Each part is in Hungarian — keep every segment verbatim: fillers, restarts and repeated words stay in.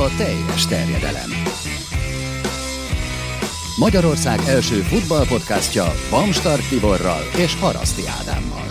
a teljes terjedelem. Magyarország első futballpodcastja Bamstart Tiborral és Haraszti Ádámmal.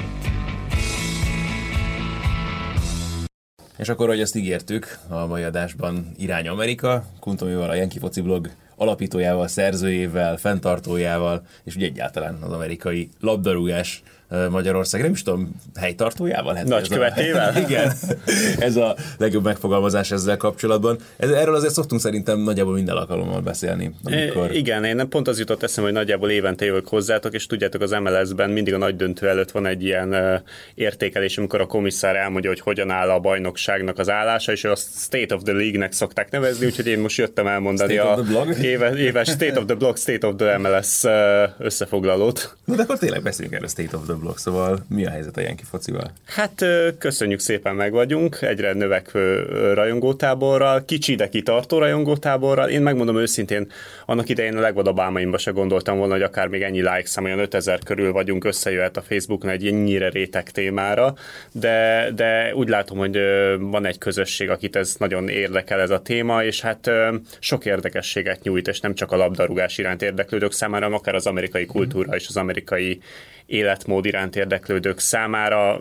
És akkor, hogy azt ígértük, a mai adásban irány Amerika, Kuntomival, a Yankee Foci Blog alapítójával, szerzőjével, fenntartójával, és ugye egyáltalán az amerikai labdarúgás Magyarország, nem is tudom, helytartójával? Hát nagykövetével? Igen, ez a legjobb megfogalmazás ezzel kapcsolatban. Ez, erről azért szoktunk szerintem nagyjából minden alkalommal beszélni. Amikor... É, igen, én nem pont az jutott eszembe, hogy nagyjából évente jövök hozzátok, és tudjátok, az em el es-ben mindig a nagy döntő előtt van egy ilyen uh, értékelés, amikor a komisszár elmondja, hogy hogyan áll a bajnokságnak az állása, és ő a State of the League-nek szokták nevezni, úgyhogy én most jöttem elmondani State a of the blog? Éves, éves State of the Blog, State of the em el es uh, összefoglalót. Na, de akkor tényleg beszéljünk erről a State of the Blog, szóval mi a helyzet a Yankee focival? Hát köszönjük szépen, meg vagyunk, egyre növekvő rajongótáborral, kicsi, de kitartó rajongótáborral. Én megmondom őszintén, annak idején a legvadabb álmaimba se gondoltam volna, hogy akár még ennyi like szám, olyan ötezer körül vagyunk, összejöhet a Facebookon egy ennyire réteg témára, de, de úgy látom, hogy van egy közösség, akit ez nagyon érdekel ez a téma, és hát sok érdekességet nyújt, és nem csak a labdarúgás iránt érdeklődők számára, hanem akár az amerikai kultúra és az amerikai életmód iránt érdeklődők számára.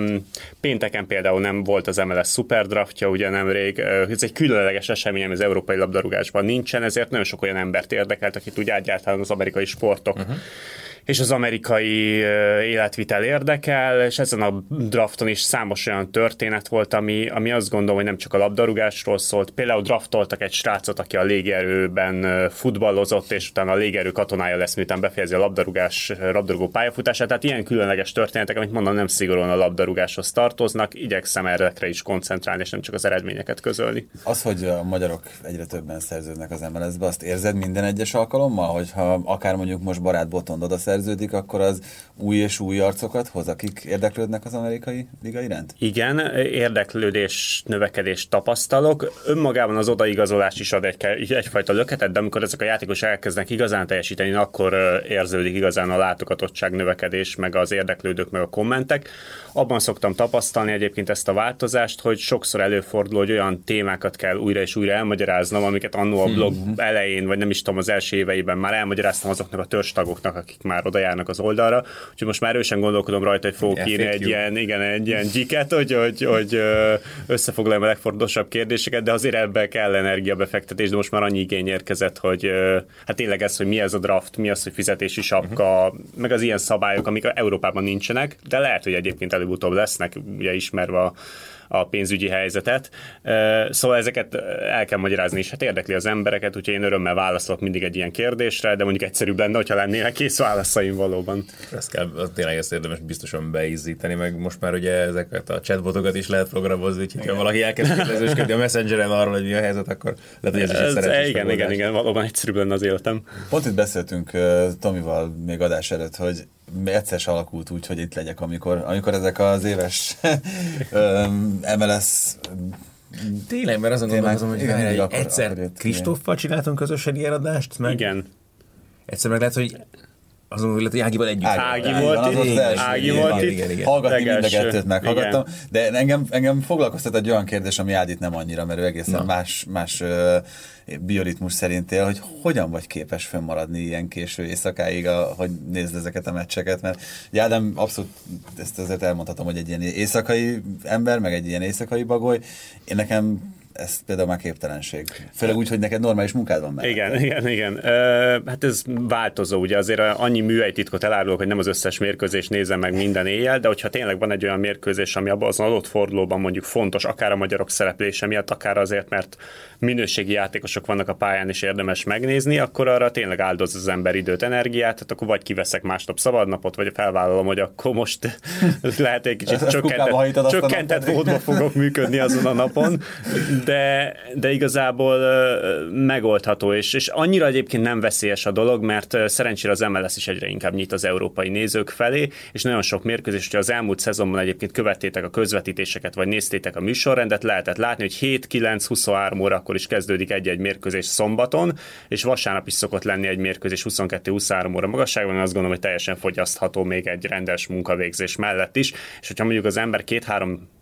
Pénteken például nem volt az em el es szuperdraftja, ugye nemrég. Ez egy különleges esemény, ami az európai labdarúgásban nincsen, ezért nagyon sok olyan embert érdekelt, akit úgy egyáltalán az amerikai sportok uh-huh. és az amerikai életvitel érdekel, és ezen a drafton is számos olyan történet volt, ami, ami azt gondolom, hogy nem csak a labdarúgásról szólt. Például draftoltak egy srácot, aki a légierőben futballozott, és utána a légierő katonája lesz, miután befejezi a labdarúgás, labdarúgó pályafutását. Tehát ilyen különleges történetek, amit mondom, nem szigorúan a labdarúgáshoz tartoznak. Igyekszem erre is koncentrálni, és nem csak az eredményeket közölni. Az, hogy a magyarok egyre többen szerződnek az em el es-be, azt érzed minden egyes alkalommal, hogyha akár mondjuk most Barát Botond oda szerződik, akkor az új és új arcokat hoz, akik érdeklődnek az amerikai liga iránt? Igen, érdeklődés, növekedés tapasztalok. Önmagában az odaigazolás is ad egy, egyfajta löketet, de amikor ezek a játékosok elkezdenek igazán teljesíteni, akkor érződik igazán a látogatottság növekedés, meg az érdeklődők, meg a kommentek. Abban szoktam tapasztalni egyébként ezt a változást, hogy sokszor előfordul, hogy olyan témákat kell újra és újra elmagyaráznom, amiket annó a blog elején, vagy nem is tudom, az első éveiben már elmagyaráztam azoknak a törzstagoknak, akik már oda járnak az oldalra. Úgyhogy most már erősen gondolkodom rajta, hogy fogok írni egy ilyen, igen, egy ilyen giket, hogy, hogy, hogy összefoglaljam a legfontosabb kérdéseket, de azért ebben kell energiabefektetés, de most már annyi igény érkezett, hogy hát tényleg ez, hogy mi ez a draft, mi az, hogy fizetési sapka, uh-huh. meg az ilyen szabályok, amik Európában nincsenek, de lehet, hogy egyébként előbb-utóbb lesznek, ugye ismerve a a pénzügyi helyzetet. Szóval ezeket el kell magyarázni, és hát érdekli az embereket, úgyhogy én örömmel válaszolok mindig egy ilyen kérdésre, de mondjuk egyszerűbb lenne, hogyha lennének kész válaszaim valóban. Ezt kell, tényleg ezt érdemes biztosan beízíteni, meg most már ugye ezeket a chatbotokat is lehet programozni, úgyhogy ha valaki elkezd kérdezősködni a Messengeren arról, hogy mi a helyzet, akkor lehet, hogy ez, ez is egy szerencsés igen, igen, igen, valóban egyszerűbb lenne az életem. Pont itt beszéltünk uh, Tomival még adás előtt, hogy egyszer se alakult úgy, hogy itt legyek, amikor, amikor ezek az éves em el es tényleg, mert azon gondolkozom, hogy igen, egy, akkor, egyszer akkor Kristóffal csináltunk közösen ilyen adást, meg igen. Egyszer meg lehet, hogy azon gondolom, hogy Ágival együtt. Ági, Ági volt itt, igen, Ági volt itt. Igen, igen. Hallgatni mind a kettőt meghallgattam, de engem, engem foglalkoztat egy olyan kérdés, ami Ádit nem annyira, mert ő egészen Na. más, más uh, bioritmus szerint él, hogy hogyan vagy képes fönnmaradni ilyen késő éjszakáig, a, hogy nézd ezeket a meccseket, mert Ádám abszolút, ezt azért elmondhatom, hogy egy ilyen éjszakai ember, meg egy ilyen éjszakai bagoly. Én nekem ez például már képtelenség. Főleg úgy, hogy neked normális munkád van mellett. Igen, igen, igen. Uh, hát ez változó, ugye azért annyi műhelytitkot elárulok, hogy nem az összes mérkőzést nézem meg minden éjjel, de hogyha tényleg van egy olyan mérkőzés, ami abban az adott fordulóban mondjuk fontos, akár a magyarok szereplése miatt, akár azért, mert minőségi játékosok vannak a pályán, és érdemes megnézni, akkor arra tényleg áldoz az ember időt, energiát, tehát akkor vagy kiveszek másnap szabadnapot, vagy felvállalom, hogy akkor most lehet egy kicsit csökkentett, csökkentett módba fogok működni azon a napon, de, de igazából megoldható, és, és annyira egyébként nem veszélyes a dolog, mert szerencsére az em el es is egyre inkább nyit az európai nézők felé, és nagyon sok mérkőzés, hogyha az elmúlt szezonban egyébként követtétek a közvetítéseket, vagy néztétek a műsorrendet, lehetett látni, hogy hét kilenc huszonhárom órakor is kezdődik egy-egy mérkőzés szombaton, és vasárnap is szokott lenni egy mérkőzés huszonkettő huszonhárom óra magasságban, azt gondolom, hogy teljesen fogyasztható még egy rendes munkavégzés mellett is, és hogyha mondjuk az ember két-három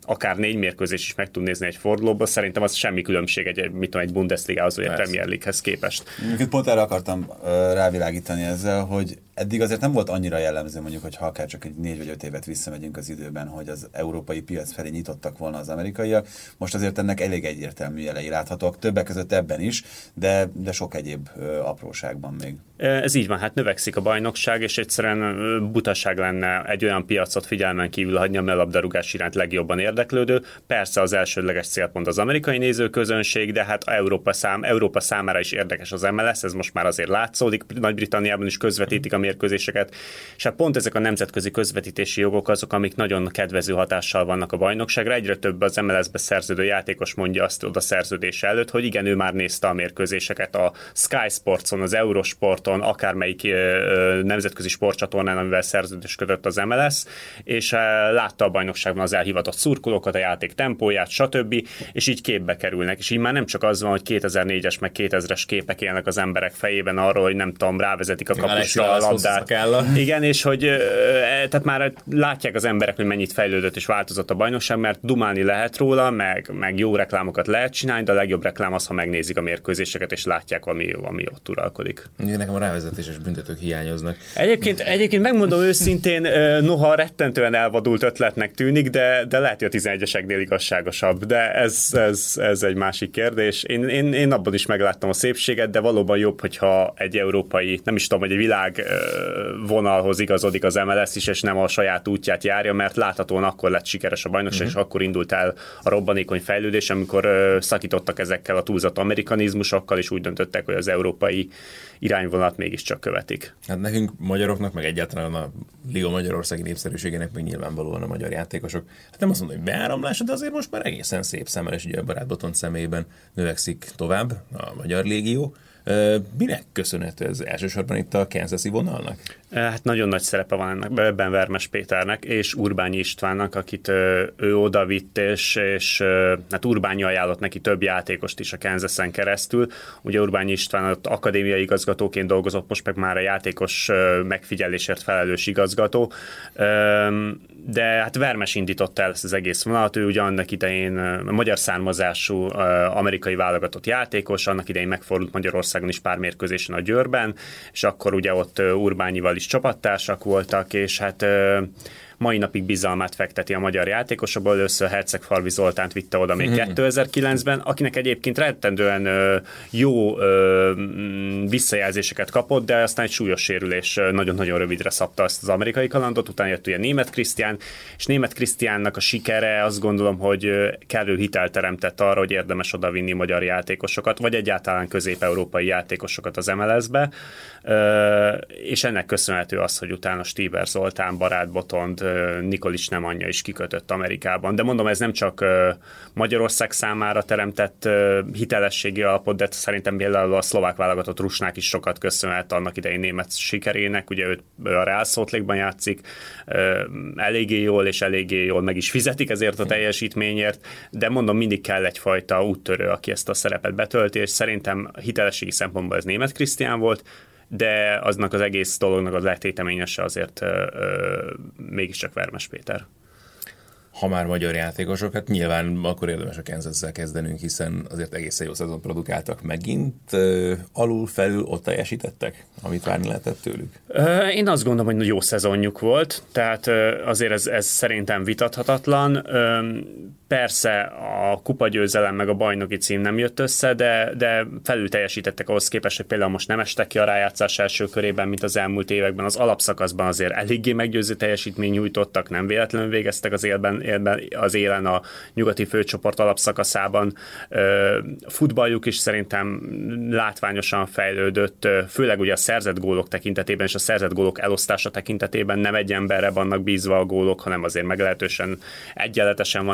akár négy mérkőzés is meg tud nézni egy fordulóban, szerintem az semmi különbség egy, mit tudom, egy Bundesligához vagy egy Premier League-hez képest. Pont erre akartam uh, rávilágítani ezzel, hogy eddig azért nem volt annyira jellemző, mondjuk, hogy ha akár csak egy négy vagy öt évet visszamegyünk az időben, hogy az európai piac felé nyitottak volna az amerikaiak. Most azért ennek elég egyértelmű jelei láthatóak, többek között ebben is, de, de sok egyéb uh, apróságban még. Ez így van, hát növekszik a bajnokság, és egyszerűen butaság lenne egy olyan piacot figyelmen kívül hagyni, amely a labdarúgás iránt legjobban érdeklődő. Persze az elsődleges célpont az amerikai nézőközönség, de hát Európa, szám, Európa számára is érdekes az em el es, ez most már azért látszódik, Nagy-Britanniában is közvetítik a mérkőzéseket, és hát pont ezek a nemzetközi közvetítési jogok azok, amik nagyon kedvező hatással vannak a bajnokságra. Egyre több az em el es-be szerződő játékos mondja azt oda szerződése előtt, hogy igen, ő már nézte a mérkőzéseket a Sky Sportson, az Eurosporton, akármelyik ö, nemzetközi sportcsatornán, amivel szerződés kötött az em el es, és ö, látta a bajnokságban az elhivatott szurkolókat, a játék tempóját, stb. És így képbe kerülnek. És így már nem csak az van, hogy kétezer-négyes meg kétezres képek élnek az emberek fejében arról, hogy nem tudom, rávezetik a kapusra a labdát. Igen, és hogy ö, tehát már látják az emberek, hogy mennyit fejlődött és változott a bajnokság, mert dumálni lehet róla, meg, meg jó reklámokat lehet csinálni, de a legjobb reklám az, ha megnézik a mérkőzéseket, és látják, ami, ami ott uralkodik. Nekem a rávezetéses büntetők hiányoznak. Egyébként, egyébként megmondom őszintén, noha rettentően elvadult ötletnek tűnik, de, de lehet, hogy a tizenegyeseknél igazságosabb, de ez, ez, ez egy másik kérdés. Én, én, én abban is megláttam a szépséget, de valóban jobb, hogyha egy európai, nem is tudom, hogy egy világ vonalhoz igazodik az em el es is, és nem a saját útját járja, mert láthatóan akkor lett sikeres a bajnokság, uh-huh. és akkor indult el a robbanékony fejlődés, amikor szakítottak ezekkel a túlzott amerikanizmusokkal, és úgy döntöttek, hogy az európai irányvonalat mégiscsak követik. Hát nekünk magyaroknak, meg egyáltalán a Liga Magyarországi népszerűségének még nyilvánvalóan a magyar játékosok. Hát nem azt mondom, hogy beáramlás, de azért most már egészen szép szemmel, és ugye a Barát Botond személyében növekszik tovább a Magyar Légió. Minek köszönhető ez elsősorban itt a kansasi vonalnak? Hát nagyon nagy szerepe van ennek, ebben Vermes Péternek és Urbányi Istvánnak, akit ő odavitt, és, és hát Urbányi ajánlott neki több játékost is a Kansasen keresztül. Ugye Urbányi István ott akadémiai igazgatóként dolgozott, most meg már a játékos megfigyelésért felelős igazgató. De hát Vermes indította el ezt az egész vonalat, ő ugye annak idején magyar származású amerikai válogatott játékos, annak idején megfordult Magyarországon is pár mérkőzésen a Győrben, és akkor ugye ott Urbányival is csapattársak voltak, és hát mai napig bizalmát fekteti a magyar játékosokból. Először Hercegfalvi Zoltánt vitte oda még mm-hmm. kétezer-kilencben, akinek egyébként rettentően jó visszajelzéseket kapott, de aztán egy súlyos sérülés nagyon-nagyon rövidre szabta ezt az amerikai kalandot, utána jött ugye Németh Krisztián, és Németh Krisztiánnak a sikere azt gondolom, hogy kellő hitelt teremtett arra, hogy érdemes odavinni magyar játékosokat, vagy egyáltalán közép-európai játékosokat az em el es-be, és ennek köszönhető az, hogy utána Stíber Zoltán, Barát Botond, Nikolics Nemanja is kikötött Amerikában. De mondom, ez nem csak Magyarország számára teremtett hitelességi alapot, de szerintem például a szlovák válogatott Rusnák is sokat köszönhet annak idején német sikerének. Ugye őt a Real Salt Lake-ban játszik, eléggé jól és eléggé jól meg is fizetik ezért a teljesítményért, de mondom, mindig kell egyfajta úttörő, aki ezt a szerepet betölti, és szerintem hitelességi szempontból ez Németh Krisztián volt, de aznak az egész dolognak az letéteményese azért ö, ö, mégiscsak Vermes Péter. Ha már magyar játékosok, hát nyilván akkor érdemes a Kansassel kezdenünk, hiszen azért egészen jó szezon produkáltak megint. Alul, felül ott teljesítettek, amit várni lehetett tőlük? Én azt gondolom, hogy jó szezonjuk volt, tehát azért ez, ez szerintem vitathatatlan. Persze a kupagyőzelem meg a bajnoki cím nem jött össze, de, de felül teljesítettek ahhoz képest, hogy például most nem estek ki a rájátszás első körében, mint az elmúlt években. Az alapszakaszban azért eléggé meggyőző teljesítmény nyújtottak, nem véletlenül végeztek az élben, élben, az élen a nyugati főcsoport alapszakaszában. Futballjuk is szerintem látványosan fejlődött, főleg ugye a szerzett gólok tekintetében és a szerzett gólok elosztása tekintetében nem egy emberre vannak bízva a gólok, hanem azért meglehetősen egyenletesen vannak elosztva.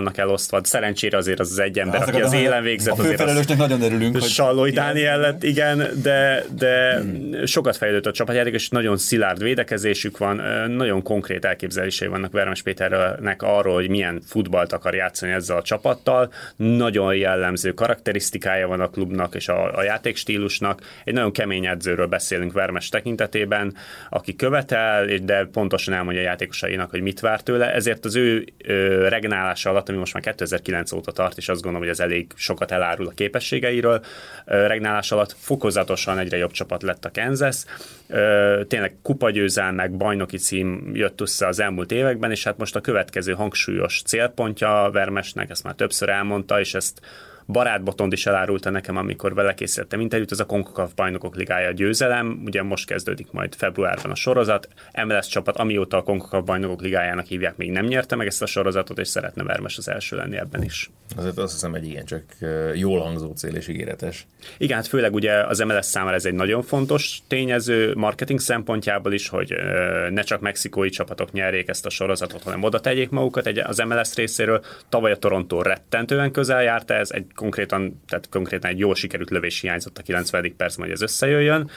megosztva. Szerencsére azért az az egy ember, aki az élen végzett. A főfelelősnek nagyon örülünk, hogy Sallói Dániel lett, igen, de, de hmm. sokat fejlődött a csapatjáték, és nagyon szilárd védekezésük van, nagyon konkrét elképzelései vannak Vermes Péternek arról, hogy milyen futballt akar játszani ezzel a csapattal. Nagyon jellemző karakterisztikája van a klubnak és a, a játékstílusnak. Egy nagyon kemény edzőről beszélünk Vermes tekintetében, aki követel, de pontosan elmondja a játékosainak, hogy mit vár tőle. Ezért az ő ö, regnálása alatt, ami most már kétezer-kilenc óta tart, és azt gondolom, hogy ez elég sokat elárul a képességeiről, ö, regnálás alatt fokozatosan egyre jobb csapat lett a Kansas. Ö, tényleg kupagyőzelmek, bajnoki cím jött össze az elmúlt években, és hát most a következő hangsúlyos célpontja Vermesnek, ezt már többször elmondta, és ezt Barát Botond is elárulta nekem, amikor vele készítettem interjút, ez a CONCACAF Bajnokok Ligája győzelem, ugye most kezdődik majd februárban a sorozat, em el es csapat, amióta a CONCACAF Bajnokok Ligájának hívják, még nem nyerte meg ezt a sorozatot, és szeretne Vermes az első lenni ebben is. Azért azt hiszem, egy igencsak jól hangzó cél és ígéretes. Igen, hát főleg ugye az em el es számára ez egy nagyon fontos tényező, marketing szempontjából is, hogy ne csak mexikói csapatok nyerjék ezt a sorozatot, hanem oda tegyék magukat egy, az em el es részéről. Tavaly a Toronto rettentően közel járt ez, egy konkrétan, tehát konkrétan egy jól sikerült lövés hiányzott a kilencvenedik percben, hogy ez összejöjjön.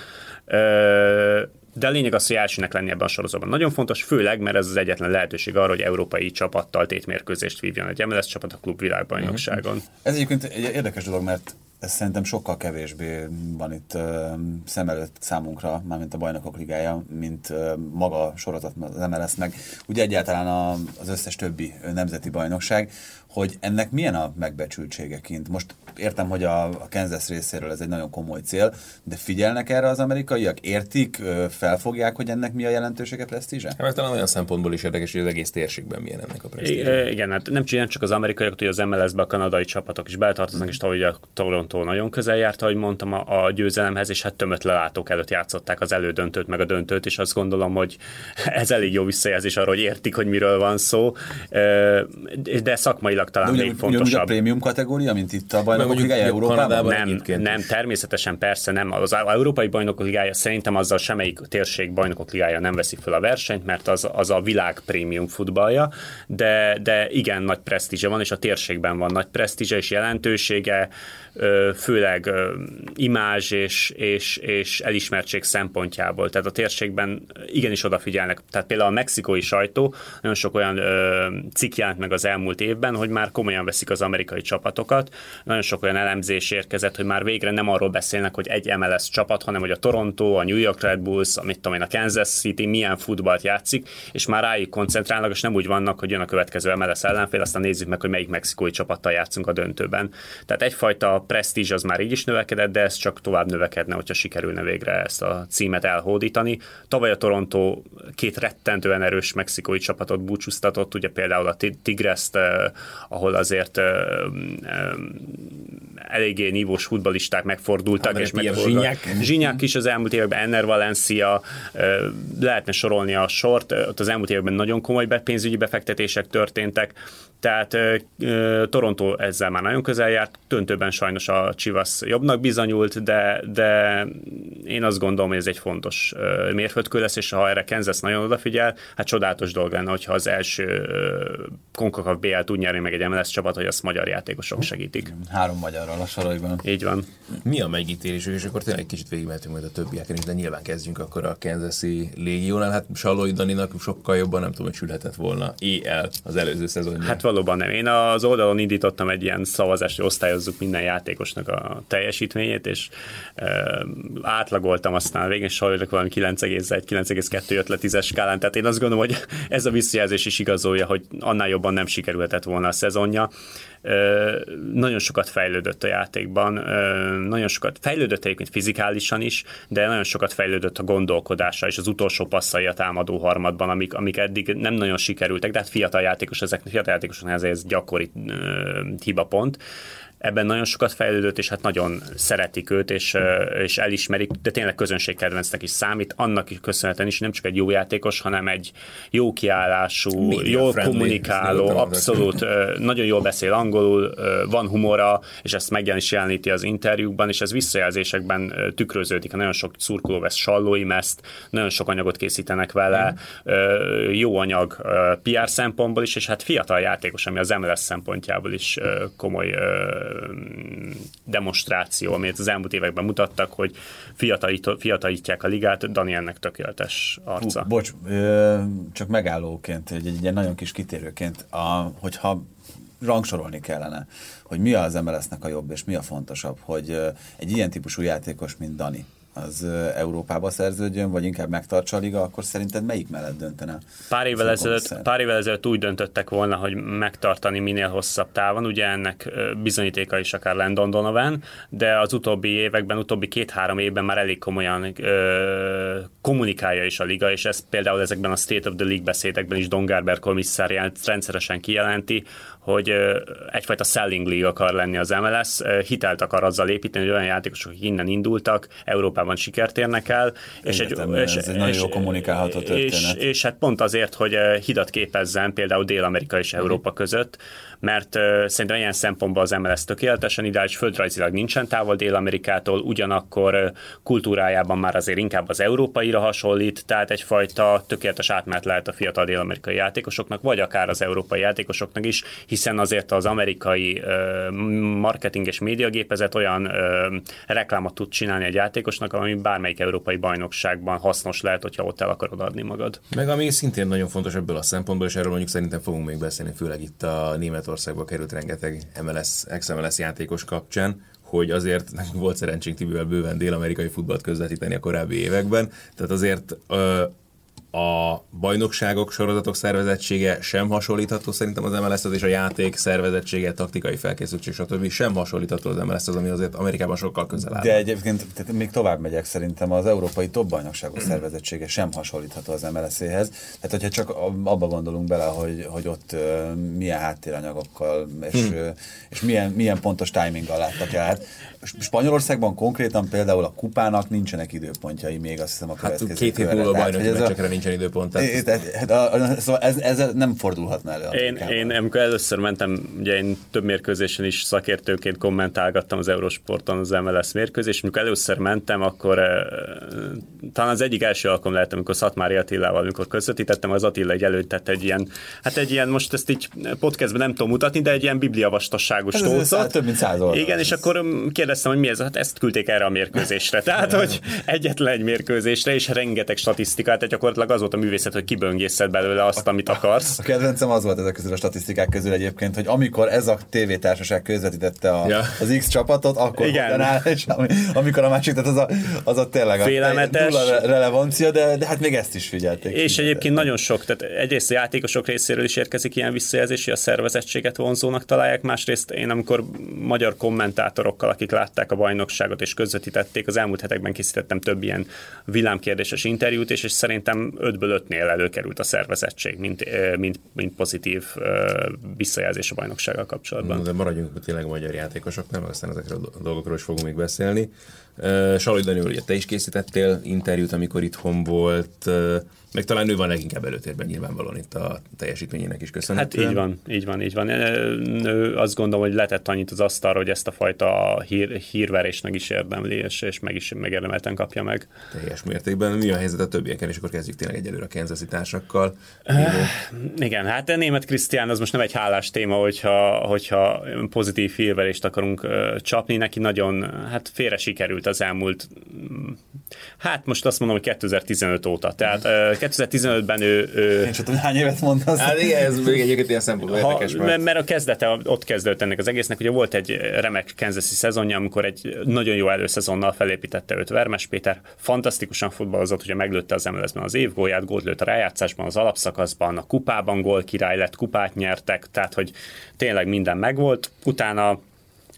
De a lényeg az, hogy elsőnek lenni ebben a sorozatban nagyon fontos, főleg, mert ez az egyetlen lehetőség arra, hogy európai csapattal tétmérkőzést vívjon egy em el es csapat a klub világbajnokságon. Ez egyébként egy érdekes dolog, mert ez szerintem sokkal kevésbé van itt uh, szem előtt számunkra, mármint a Bajnokok Ligája, mint uh, maga a sorozat az em el es, meg ugye egyáltalán a, az összes többi nemzeti bajnokság, hogy ennek milyen a megbecsültsége kint. Most értem, hogy a, a Kansas részéről ez egy nagyon komoly cél, de figyelnek erre az amerikaiak? Értik, felfogják, hogy ennek mi a jelentősége, presztízse? Hát talán olyan szempontból is érdekes, hogy az egész térségben milyen ennek a presztízse. Igen, hát nem csak az amerikaiak, hogy az em el es-be a kanadai csapatok is beltartoznak, és tavaly a Toronto nagyon közel járt, ahogy mondtam, a, a győzelemhez, és hát tömött lelátók előtt játszották az elődöntőt, meg a döntőt, és azt gondolom, hogy ez elég jó visszajelzés arra, hogy értik, hogy miről van szó, de szakmai talán de még fontosabb. A prémium kategória, mint itt a Bajnokok Ligája Európában? Nem, nem, természetesen persze nem. Az Európai Bajnokok Ligája szerintem azzal semmelyik térség Bajnokok Ligája nem veszi fel a versenyt, mert az, az a világ prémium futballja, de, de igen nagy presztízse van, és a térségben van nagy presztízse és jelentősége, főleg imázs és, és, és elismertség szempontjából. Tehát a térségben igenis odafigyelnek. Tehát például a mexikói sajtó nagyon sok olyan cikk jelent meg az elmúlt évben, hogy már komolyan veszik az amerikai csapatokat. Nagyon sok olyan elemzés érkezett, hogy már végre nem arról beszélnek, hogy egy em el es csapat, hanem hogy a Toronto, a New York Red Bulls, amit tudom én, a Kansas City milyen futballt játszik, és már rájuk koncentrálnak, és nem úgy vannak, hogy jön a következő em el es ellenfél, aztán nézzük meg, hogy melyik mexikói csapattal játszunk a döntőben. Tehát egyfajta presztízs az már így is növekedett, de ez csak tovább növekedne, hogyha sikerülne végre ezt a címet elhódítani. Tavaly a Toronto két rettentően erős mexikói csapatot búcsúztatott, ugye például a Tigres-t, ahol azért uh, um, eléggé nívós futballisták megfordultak, hát, és megfordultak. Zsinyák is az elmúlt években, Enner Valencia, uh, lehetne sorolni a sort, ott az elmúlt években nagyon komoly pénzügyi befektetések történtek, tehát uh, Toronto ezzel már nagyon közel járt, döntőben sajnos a Chivas jobbnak bizonyult, de, de én azt gondolom, hogy ez egy fontos uh, mérföldkő lesz, és ha erre Kansas nagyon odafigyel, hát csodálatos dolog lenne, hogyha az első uh, CONCACAF bé el tud nyerni meg egy em el es csapat, hogy azt magyar játékosok segítik. Három magyarral a soraiban. Így van. Mi a megítélésük, és akkor tényleg kicsit végigmehetünk majd a többieken is, de nyilván kezdjünk akkor a Kansas-i Légiónál. Hát Sallói Daninak sokkal jobban nem tudom, hogy sülhetett volna é el az előző szezonban. Hát valóban nem. Én az oldalon indítottam egy ilyen szavazást, hogy osztályozzuk minden játékosnak a teljesítményét, és e, átlagoltam aztán a végén Sallóinak valami kilenc egész egy kilenc egész kettő jött le tízes skálán, tehát én azt gondolom, hogy ez a visszajelzés is igazolja, hogy annál jobban nem sikerülhetett volna a szezonja. Ö, nagyon sokat fejlődött a játékban, ö, nagyon sokat fejlődött egyébként fizikálisan is, de nagyon sokat fejlődött a gondolkodása és az utolsó passzai a támadó harmadban, amik, amik eddig nem nagyon sikerültek, de hát fiatal játékos, ezek fiatal játékosoknál ez gyakori ö, hibapont. ebben nagyon sokat fejlődött, és hát nagyon szeretik őt, és, és elismerik, de tényleg közönségkedvencnek is számít, annak is köszönhetően is nem csak egy jó játékos, hanem egy jó kiállású, Media jól friendly, kommunikáló, abszolút, nagyon jól beszél angolul, van humora, és ezt meg is jeleníti az interjúkban, és ez visszajelzésekben tükröződik, nagyon sok szurkoló vesz sallói mezt, nagyon sok anyagot készítenek vele, mm. jó anyag pé er szempontból is, és hát fiatal játékos, ami az em el es szempontjából is komoly demonstráció, amit az elmúlt években mutattak, hogy fiatalítják a ligát, Dani ennek tökéletes arca. Hú, bocs, csak megállóként, egy, egy ilyen nagyon kis kitérőként, a, hogyha rangsorolni kellene, hogy mi az em el es-nek a jobb és mi a fontosabb, hogy egy ilyen típusú játékos, mint Dani, az Európába szerződjön, vagy inkább megtartsa a liga, akkor szerinted melyik mellett döntene? Pár évvel, ezelőtt, pár évvel ezelőtt úgy döntöttek volna, hogy megtartani minél hosszabb távon, ugye ennek bizonyítéka is akár Landon Donovan, de az utóbbi években, utóbbi két-három évben már elég komolyan ö, kommunikálja is a liga, és ez például ezekben a State of the League beszédekben is Don Garber komisszár rendszeresen kijelenti, hogy egyfajta selling league akar lenni az em el es, hitelt akar azzal építeni, hogy olyan játékosok, akik innen indultak, Európában sikert érnek el. És egy, és, ez egy nagyon jól kommunikálható történet. És, és hát pont azért, hogy hidat képezzen például Dél-Amerika és Európa között, mert uh, szerintem ilyen szempontból az em el es tökéletesen ideális, földrajzilag nincsen távol Dél-Amerikától, ugyanakkor uh, kultúrájában már azért inkább az európaira hasonlít, tehát egyfajta tökéletes átmenet lehet a fiatal dél-amerikai játékosoknak, vagy akár az európai játékosoknak is, hiszen azért az amerikai uh, marketing és médiagépezet olyan uh, reklámot tud csinálni egy játékosnak, ami bármelyik európai bajnokságban hasznos lehet, hogyha ott el akarod adni magad. Meg ami szintén nagyon fontos ebből a szempontból, és erről mondjuk szerintem fogunk még beszélni, főleg itt a Németországba került rengeteg em el es, ex-em el es játékos kapcsán, hogy azért volt szerencsénk Tibivel bőven dél-amerikai futballt közvetíteni a korábbi években, tehát azért ö, a bajnokságok, sorozatok szervezettsége sem hasonlítható szerintem az em el es-hez, és a játék szervezettsége, taktikai felkészültség, stb. Sem hasonlítható az em el es-hez, ami azért Amerikában sokkal közel áll. De egyébként tehát még tovább megyek, szerintem az európai top bajnokságok szervezettsége sem hasonlítható az em el es-hez. Tehát, hogyha csak abba gondolunk bele, hogy, hogy ott uh, milyen háttéranyagokkal és, hmm. uh, és milyen, milyen pontos timinggal láttak el. Hát Spanyolországban konkrétan például a kupának nincsenek időpontjai még, azt hiszem a következő hát két hét múlva bajnoki meccsekre nincsen időpont. Szóval ez, ez nem fordulhatna elő. Én, én amikor először mentem, ugye én több mérkőzésen is szakértőként kommentálgattam az Eurosporton az em el es mérkőzést, és amikor először mentem, akkor e, talán az egyik első alkalom lehet, amikor Szatmári Attilával, amikor közvetítettem, az Attila egy előtt egy ilyen, hát egy ilyen, most ezt így podcastben nem tudom mutatni, de egy ilyen bibliavastasságos tócot. Több mint száz oldal. Igen, és akkor kérdeztem, hogy mi ez, hát ezt küldték erre a mérkőzésre. Tehát, hogy egyetlen egy mérkőzésre, és rengeteg statisztikát, tehát gyakorlatilag az volt a művészet, hogy kiböngészed belőle azt, amit akarsz. A kedvencem az volt ezek közül a statisztikák közül egyébként, hogy amikor ez a tévétársaság közvetítette a, ja. az X csapatot, akkor áll, és amikor a másik, tehát az a, az a tényleg félelmetes. A relevancia, de, de hát még ezt is figyelték. És figyelték. Egyébként nagyon sok, tehát egyrészt a játékosok részéről is érkezik ilyen visszajelzés, hogy a szervezettséget vonzónak találják, másrészt én amikor magyar kommentátorokkal, akik látták a bajnokságot és közvetítették, az elmúlt hetekben készítettem több ilyen villámkérdéses interjút, és, és szerintem ötből ötnél előkerült a szervezettség, mint, mint, mint pozitív visszajelzés a bajnoksággal kapcsolatban. De maradjunk tényleg a magyar játékosoknál, mert aztán ezekről a dolgokról is fogunk még beszélni. Salai Dani, ugye te is készítettél interjút, amikor itthon volt, meg talán ő van leginkább előtérben nyilvánvalóan itt a teljesítményének is köszönhetően. Hát így van, így van, így van. Ő azt gondolom, hogy letett annyit az asztalra, hogy ezt a fajta hír, hírverést meg is érdemli, és, és meg is megérdemelten kapja meg. Teljes mértékben. Mi a helyzet a többieken, és akkor kezdjük tényleg egyelőre a Kansas-i társakkal. Uh, igen, hát Németh Krisztián az most nem egy hálás téma, hogyha, hogyha pozitív hírverést akarunk uh, csapni. Neki nagyon hát félre sikerült az elmúlt, hát most azt mondom, hogy kétezer-tizenöt óta. Tehát uh, kétezer-tizenötben ő... ő Én csak tudom, hány évet mondasz? Hát igen, ez még egyébként ilyen szempontból érdekes. Mert, mert a kezdete ott kezdődött ennek az egésznek, ugye volt egy remek Kansas-i szezonja, amikor egy nagyon jó előszezonnal felépítette őt Vermes Péter, fantasztikusan futballozott, ugye meglőtte az em el es-ben az év gólját, gólt lőtt a rájátszásban, az alapszakaszban, a kupában gól király lett, kupát nyertek, tehát hogy tényleg minden megvolt. Utána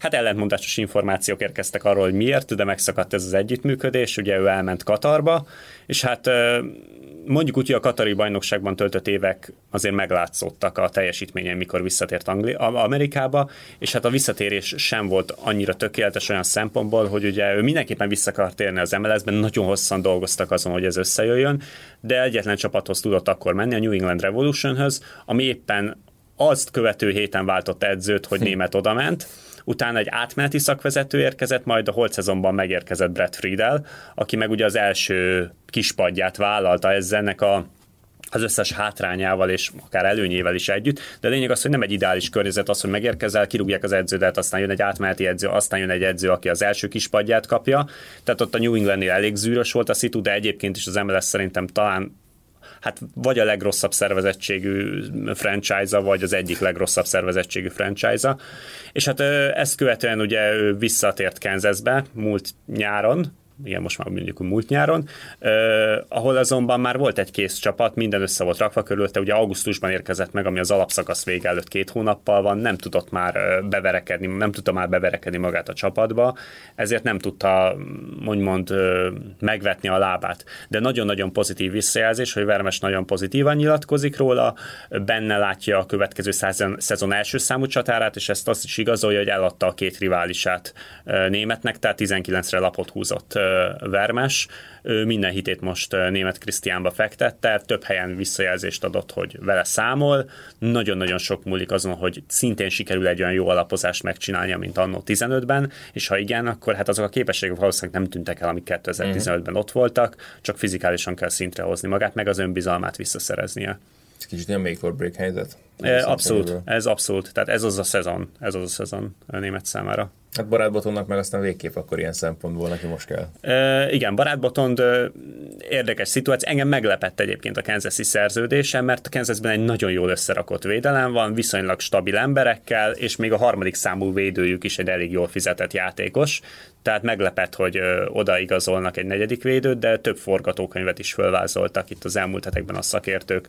Hát ellentmondásos információk érkeztek arról, hogy miért, de megszakadt ez az együttműködés, ugye ő elment Katarba, és hát mondjuk úgy, hogy a katari bajnokságban töltött évek azért meglátszottak a teljesítményen, mikor visszatért Angli- Amerikába, és hát a visszatérés sem volt annyira tökéletes olyan szempontból, hogy ugye ő mindenképpen vissza akart térni az em el es-ben, nagyon hosszan dolgoztak azon, hogy ez összejöjjön, de egyetlen csapathoz tudott akkor menni, a New England Revolutionhöz, ami éppen azt követő héten váltott edzőt, hogy német odament, utána egy átmeneti szakvezető érkezett, majd a holt szezonban megérkezett Brad Friedel, aki meg ugye az első kispadját vállalta ezzel ennek a az összes hátrányával és akár előnyével is együtt, de a lényeg az, hogy nem egy ideális környezet az, hogy megérkezel, kirúgják az edződet, aztán jön egy átmeneti edző, aztán jön egy edző, aki az első kispadját kapja, tehát ott a New Englandnél elég zűrös volt a szitu, de egyébként is az em el es szerintem talán hát vagy a legrosszabb szervezettségű franchise-a, vagy az egyik legrosszabb szervezettségű franchise-a. És hát ezt követően ugye ő visszatért Kansasbe múlt nyáron, igen, most már mondjuk múlt nyáron, eh, ahol azonban már volt egy kész csapat, minden össze volt rakva körülötte, ugye augusztusban érkezett meg, ami az alapszakasz vége előtt két hónappal van, nem tudott már beverekedni, nem tudta már beverekedni magát a csapatba, ezért nem tudta úgymond megvetni a lábát. De nagyon-nagyon pozitív visszajelzés, hogy Vermes nagyon pozitívan nyilatkozik róla, benne látja a következő szezon, szezon első számú csatárát, és ezt azt is igazolja, hogy eladta a két riválisát németnek, tehát tizenkilencre lapot húzott Vermes, ő minden hitét most Németh Krisztiánba fektette, több helyen visszajelzést adott, hogy vele számol, nagyon-nagyon sok múlik azon, hogy szintén sikerül egy olyan jó alapozást megcsinálnia, mint annó tizenötben, és ha igen, akkor hát azok a képességek valószínűleg nem tűntek el, amik kétezer-tizenötben ott voltak, csak fizikálisan kell szintre hozni magát, meg az önbizalmát visszaszereznie. Ez kicsit ilyen make or break helyzet? Abszolút, ez abszolút, tehát ez az a szezon, ez az a szezon a német számára. Hát Barát Botondnak meg aztán végképp akkor ilyen szempontból neki most kell. E, igen, Barát Botond érdekes szituáció. Engem meglepett egyébként a kansasi szerződése, mert a Kansasben egy nagyon jól összerakott védelem van, viszonylag stabil emberekkel, és még a harmadik számú védőjük is egy elég jól fizetett játékos. Tehát meglepett, hogy ö, odaigazolnak egy negyedik védőt, de több forgatókönyvet is fölvázoltak itt az elmúlt hetekben a szakértők,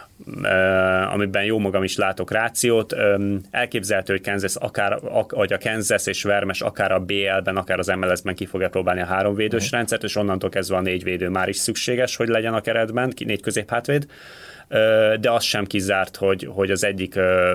Uh, amiben jó magam is látok rációt. Um, elképzelhető, hogy Kansas akár, ak, vagy a Kansas és Vermes akár a bé el-ben, akár az em el es-ben ki fogja próbálni a három védős uh-huh. rendszert, és onnantól kezdve a négy védő már is szükséges, hogy legyen a keretben, négy középhátvéd. De az sem kizárt, hogy, hogy az egyik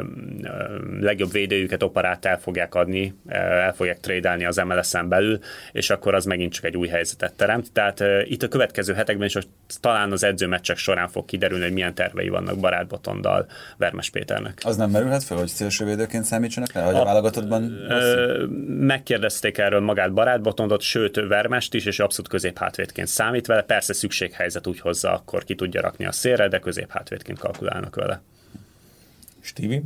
legjobb védőjüket operát el fogják adni, el fogják trédelni az em el es-en belül, és akkor az megint csak egy új helyzetet teremt. Tehát itt a következő hetekben is talán az edzőmeccsek során fog kiderülni, hogy milyen tervei vannak Barát Botonddal Vermes Péternek. Az nem merülhet fel, hogy szélsővédőként számítsanak rá, hogy a, a válogatottban? Megkérdezték erről magát Barát Botondot, sőt Vermest is, és abszolút középhátvédként számít vele. Persze szükséghelyzet úgy hozza, akkor ki tudja rakni a szélre, de középhátvédként kalkulálnak vele. Stevie?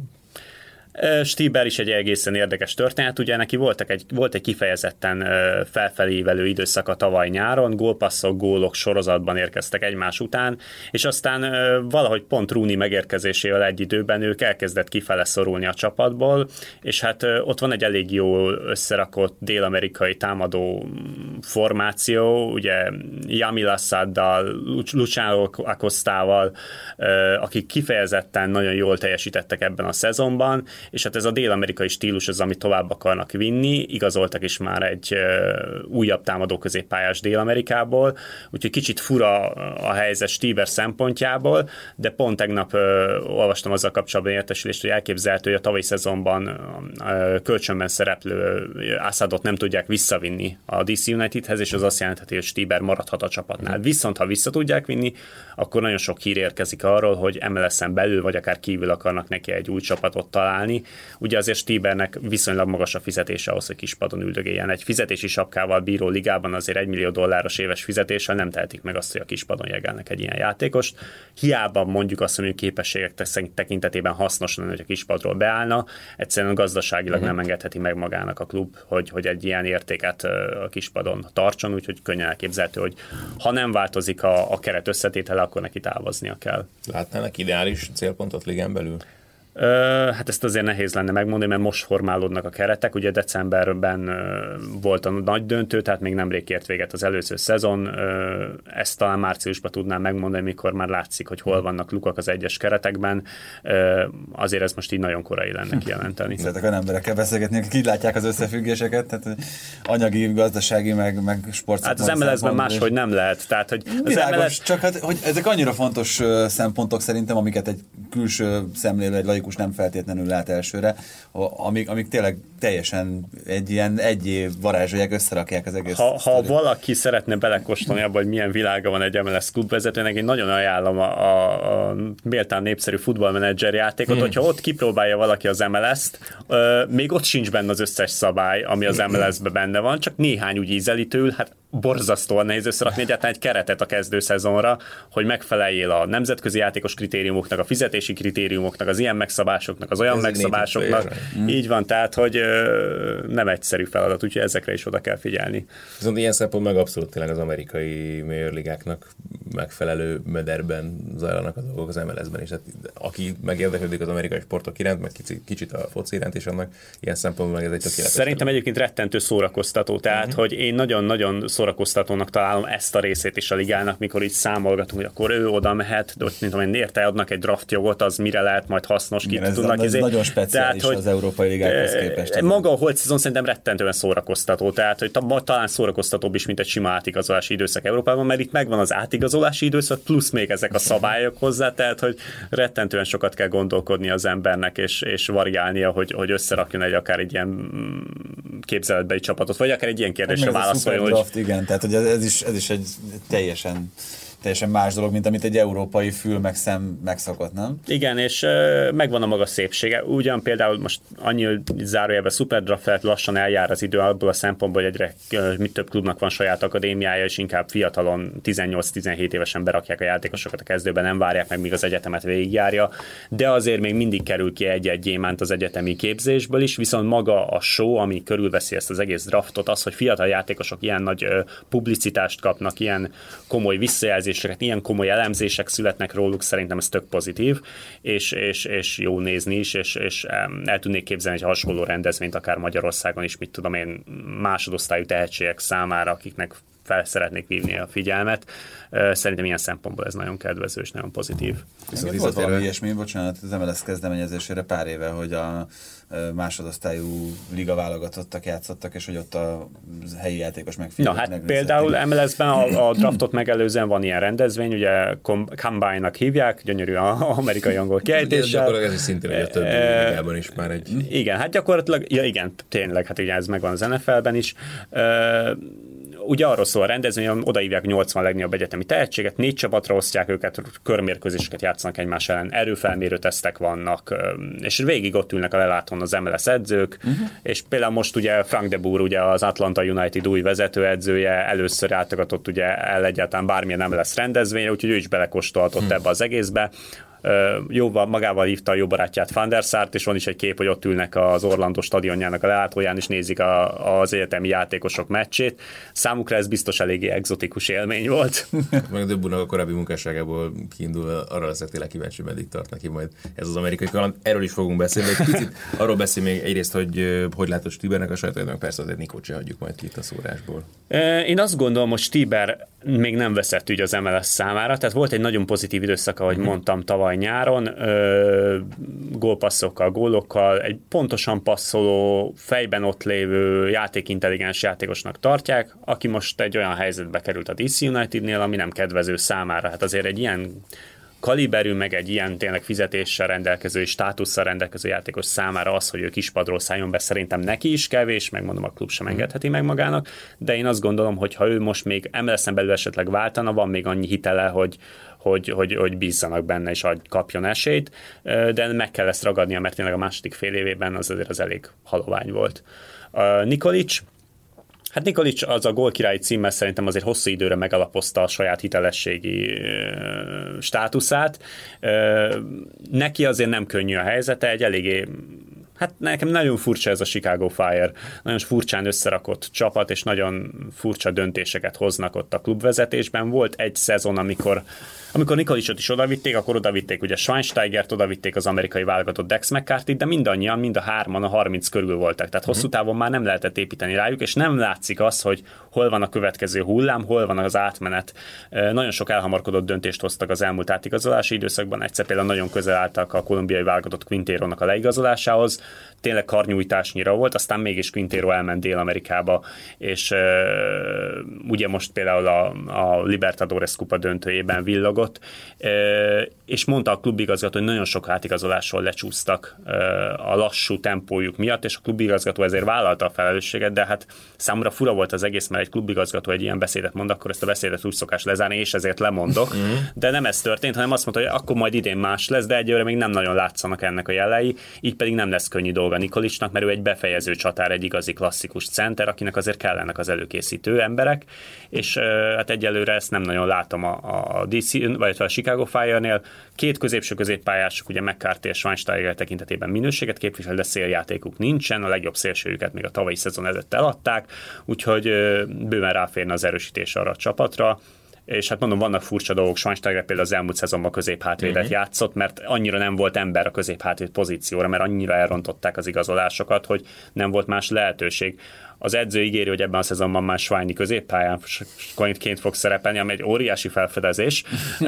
Stieber is egy egészen érdekes történet, ugye neki voltak egy, volt egy kifejezetten felfelévelő időszaka tavaly nyáron, gólpasszok, gólok sorozatban érkeztek egymás után, és aztán valahogy pont Rooney megérkezésével egy időben ők elkezdett kifele szorulni a csapatból, és hát ott van egy elég jó összerakott dél-amerikai támadó formáció, ugye Jamil Assaddal, Luciano Acostával, akik kifejezetten nagyon jól teljesítettek ebben a szezonban, és hát ez a dél-amerikai stílus az, amit tovább akarnak vinni, igazoltak is már egy uh, újabb támadó középpályás Dél-Amerikából, úgyhogy kicsit fura a helyzet Stieber szempontjából, de pont tegnap uh, olvastam azzal kapcsolatban értesülést, hogy elképzelhető, hogy a tavalyi szezonban uh, kölcsönben szereplő Assadot nem tudják visszavinni a dé cé Unitedhez, és az azt jelentheti, hogy Stieber maradhat a csapatnál. Viszont ha vissza tudják vinni, akkor nagyon sok hír érkezik arról, hogy em el es-en belül, vagy akár kívül akarnak neki egy új csapatot találni. Ugye azért Stiebernek viszonylag magas a fizetése ahhoz, hogy kispadon üldögéljen. Egy fizetési sapkával bíró ligában azért egy millió dolláros éves fizetéssel nem tehetik meg azt, hogy a kispadon jegelnek egy ilyen játékost. Hiába mondjuk azt, hogy képességek tekintetében hasznos lenne, hogy a kispadról beállna, egyszerűen gazdaságilag uh-huh. nem engedheti meg magának a klub, hogy, hogy egy ilyen értéket a kispadon tartson, úgyhogy könnyen elképzelhető, hogy ha nem változik a, a keret összetétele, akkor neki távoznia kell. Látnának ideális célpontot ligán belül? Hát ezt azért nehéz lenne megmondani, mert most formálódnak a keretek. Ugye decemberben volt a nagy döntő, tehát még nemrég ért véget az előző szezon. Ezt talán márciusban tudnám megmondani, mikor már látszik, hogy hol vannak lukak az egyes keretekben. Azért ez most így nagyon korai lenne kijelenteni. Szeretek olyan emberekkel beszélgetni, akik így látják az összefüggéseket, tehát anyagi, gazdasági, meg, meg sportszakmai. Hát az em el es-ben máshogy nem lehet. Tehát, hogy az Világos, em el es... csak hát, hogy ezek annyira fontos szempontok szerintem, amiket egy külső szemlélő, egy laikus nem feltétlenül lát elsőre, amik, amik tényleg teljesen egy ilyen egy év varázsolják, összerakják az egész. Ha, ha valaki szeretne belekóstolni abba, hogy milyen világa van egy em el es klubvezetőnek, én nagyon ajánlom a, a, a méltán népszerű futballmenedzser játékot, hmm. hogyha ott kipróbálja valaki az em el es-t, euh, még ott sincs benne az összes szabály, ami az em el es-ben benne van, csak néhány úgy ízeli tőle, hát borzasztóan nehéz összerakni egyáltalán egy keretet a kezdőszezonra, hogy megfeleljél a nemzetközi játékos kritériumoknak, a fizetési kritériumoknak, az ilyen megszabásoknak, az olyan Ez megszabásoknak. Így van, tehát, hogy ö, nem egyszerű feladat, úgyhogy ezekre is oda kell figyelni. Viszont ilyen szempont meg abszolút tényleg az amerikai major ligáknak megfelelő mederben zajlanak a dolgok az em el es-ben is. Tehát, aki megérdeklődik az amerikai sportok iránt, meg kicsit, kicsit a foci iránt is, annak ilyen szempontból meg ez egy tökéletes. Szerintem egyébként rettentő szórakoztató, tehát, uh-huh. hogy én nagyon-nagyon szórakoztatónak találom ezt a részét is a ligának, mikor így számolgatunk, hogy akkor ő oda mehet, de ott, mint tudom én, érte adnak egy draft jogot, az mire lehet majd hasznos, ki ez tudnak. Ez nagyon speciális tehát, az európai ligákhoz képest. Maga a holt szezon szerintem rettentően szórakoztató, tehát hogy talán szórakoztatóbb is, mint egy sima átigazolási időszak Európában, mert itt megvan az átigazolási időszak, plusz még ezek a szabályok hozzá, tehát hogy rettentően sokat kell gondolkodni az embernek, és, és variálnia, hogy, hogy összerakjon egy akár egy ilyen képzeletbeli csapatot, vagy akár egy ilyen kérdésre válaszoljon. Hogy... Igen, tehát hogy ez is, ez is egy teljesen teljesen más dolog, mint amit egy európai fül meg szem megszokott, nem? Igen, és uh, megvan a maga szépsége. Ugyan például most annyi zárójelben szuperdraft felett lassan eljár az idő abból a szempontból, hogy egyre uh, mit több klubnak van saját akadémiája, és inkább fiatalon tizennyolc-tizenhét évesen berakják a játékosokat a kezdőben, nem várják meg, míg az egyetemet végigjárja, de azért még mindig kerül ki egy-egy gyémánt az egyetemi képzésből is, viszont maga a show, ami körülveszi ezt az egész draftot, az, hogy fiatal játékosok ilyen nagy uh, publicitást kapnak, ilyen komoly visszajelzést, ilyen komoly elemzések születnek róluk, szerintem ez tök pozitív, és, és, és jó nézni is, és, és el tudnék képzelni egy hasonló rendezvényt akár Magyarországon is, mit tudom én, másodosztályú tehetségek számára, akiknek fel szeretnék vívni a figyelmet. Szerintem ilyen szempontból ez nagyon kedvező és nagyon pozitív. Viszont volt valami ilyesmi, bocsánat, az em el es kezdeményezésére pár éve, hogy a másodosztályú liga válogatottak, játszottak, és hogy ott a helyi játékos megfigyelők. Na hát például em el es-ben a, a draftot megelőzően van ilyen rendezvény, ugye Combine-nak hívják, gyönyörű az amerikai angol kiejtéssel. Gyakorlatilag ez is szintén a többi ligában is már egy... Igen, hát gyakorlatilag, ja igen, tényleg, hát ugye ez megvan az en ef el-ben is. Ugye arról szól a rendezvény, hogy odaívják nyolcvan legnagyobb egyetemi tehetséget, négy csapatra osztják őket, körmérkőzéseket játszanak egymás ellen, erőfelmérő tesztek vannak, és végig ott ülnek a lelátón az em el es edzők, uh-huh. és például most ugye Frank de Boer, ugye az Atlanta United új vezetőedzője, először látogatott ugye el egyáltalán bármilyen em el es rendezvényre, úgyhogy ő is belekóstolhatott uh-huh. ebbe az egészbe. Jóval, magával hívta a jó barátját Van der Sart, és van is egy kép, hogy ott ülnek az Orlando stadionjának a lelátóján, és nézik a, az egyetemi játékosok meccsét. Számukra ez biztos eléggé egzotikus élmény volt. Meg Döbbunak a korábbi munkásságából kiindul, arra leszek tényleg kíváncsi, meddig tart neki majd ez az amerikai kaland. Erről is fogunk beszélni, egy picit arról beszél még egyrészt, hogy hogy látod Stiebernek a sajtóját, meg persze azért Nikót se hagyjuk majd ki itt a szórásból. Én azt gondolom, hogy Stieber még nem veszett ügy az em el es számára, tehát volt egy nagyon pozitív időszak, ahogy mm-hmm. mondtam, tavaly nyáron, ö, gólpasszokkal, gólokkal, egy pontosan passzoló, fejben ott lévő, játékintelligens játékosnak tartják, aki most egy olyan helyzetbe került a dé cé Unitednél, ami nem kedvező számára. Hát azért egy ilyen kaliberű, meg egy ilyen tényleg fizetéssel rendelkező és státusszal rendelkező játékos számára az, hogy ő kispadról szálljon be, szerintem neki is kevés, megmondom, a klub sem engedheti meg magának, de én azt gondolom, hogy ha ő most még em el es-en belül esetleg váltana, van még annyi hitele, hogy, hogy, hogy, hogy bízzanak benne és hogy kapjon esélyt, de meg kell ezt ragadnia, mert tényleg a második fél évében az azért az elég halovány volt. Uh, Nikolic, Hát Nikolic az a gólkirályi címmel szerintem azért hosszú időre megalapozta a saját hitelességi ö, státuszát. Ö, neki azért nem könnyű a helyzete, egy eléggé, hát nekem nagyon furcsa ez a Chicago Fire, nagyon furcsán összerakott csapat, és nagyon furcsa döntéseket hoznak ott a klubvezetésben. Volt egy szezon, amikor Amikor Nikolicsot is odavitték, akkor odavitték ugye Schweinsteigert, odavitték az amerikai válogatott Dex McCarthyt, de mindannyian, mind a hárman a harminc körül voltak. Tehát hosszú távon már nem lehetett építeni rájuk, és nem látszik az, hogy hol van a következő hullám, hol van az átmenet. Nagyon sok elhamarkodott döntést hoztak az elmúlt átigazolási időszakban. Egyszer például nagyon közel álltak a kolumbiai válogatott Quinterónak a leigazolásához. Tényleg karnyújtásnyira volt, aztán mégis Quintero elment Dél-Amerikába, és uh, ugye most például a, a Libertadores kupa döntőjében villogott, uh, és mondta a klubigazgató, hogy nagyon sok átigazolásról lecsúsztak uh, a lassú tempójuk miatt, és a klubigazgató ezért vállalta a felelősséget, de hát számomra fura volt az egész, mert egy klubigazgató egy ilyen beszédet mond, akkor ezt a beszédet úgy szokás lezárni, és ezért lemondok, mm. de nem ez történt, hanem azt mondta, hogy akkor majd idén más lesz, de egyőre még nem nagyon látszanak ennek a jelei, így pedig nem lesz könnyű dolga Nikolicsnak, mert ő egy befejező csatár, egy igazi klasszikus center, akinek azért kellenek az előkészítő emberek, és uh, hát egyelőre ezt nem nagyon látom a, a dé cé, vagy a Chicago Fire-nél. Két középső középpályások, ugye McCarthy és Schweinsteiger tekintetében minőséget képvisel, de széljátékuk nincsen, a legjobb szélsőjüket még a tavalyi szezon előtt eladták, úgyhogy uh, bőven ráférne az erősítés arra a csapatra. És hát mondom, vannak furcsa dolgok, Schweinsteiger például az elmúlt szezonban középhátvédet uh-huh. játszott, mert annyira nem volt ember a középhátvéd pozícióra, mert annyira elrontották az igazolásokat, hogy nem volt más lehetőség. Az edző ígéri, hogy ebben a szezonban már Schweini középpályánként fog szerepelni, ami egy óriási felfedezés,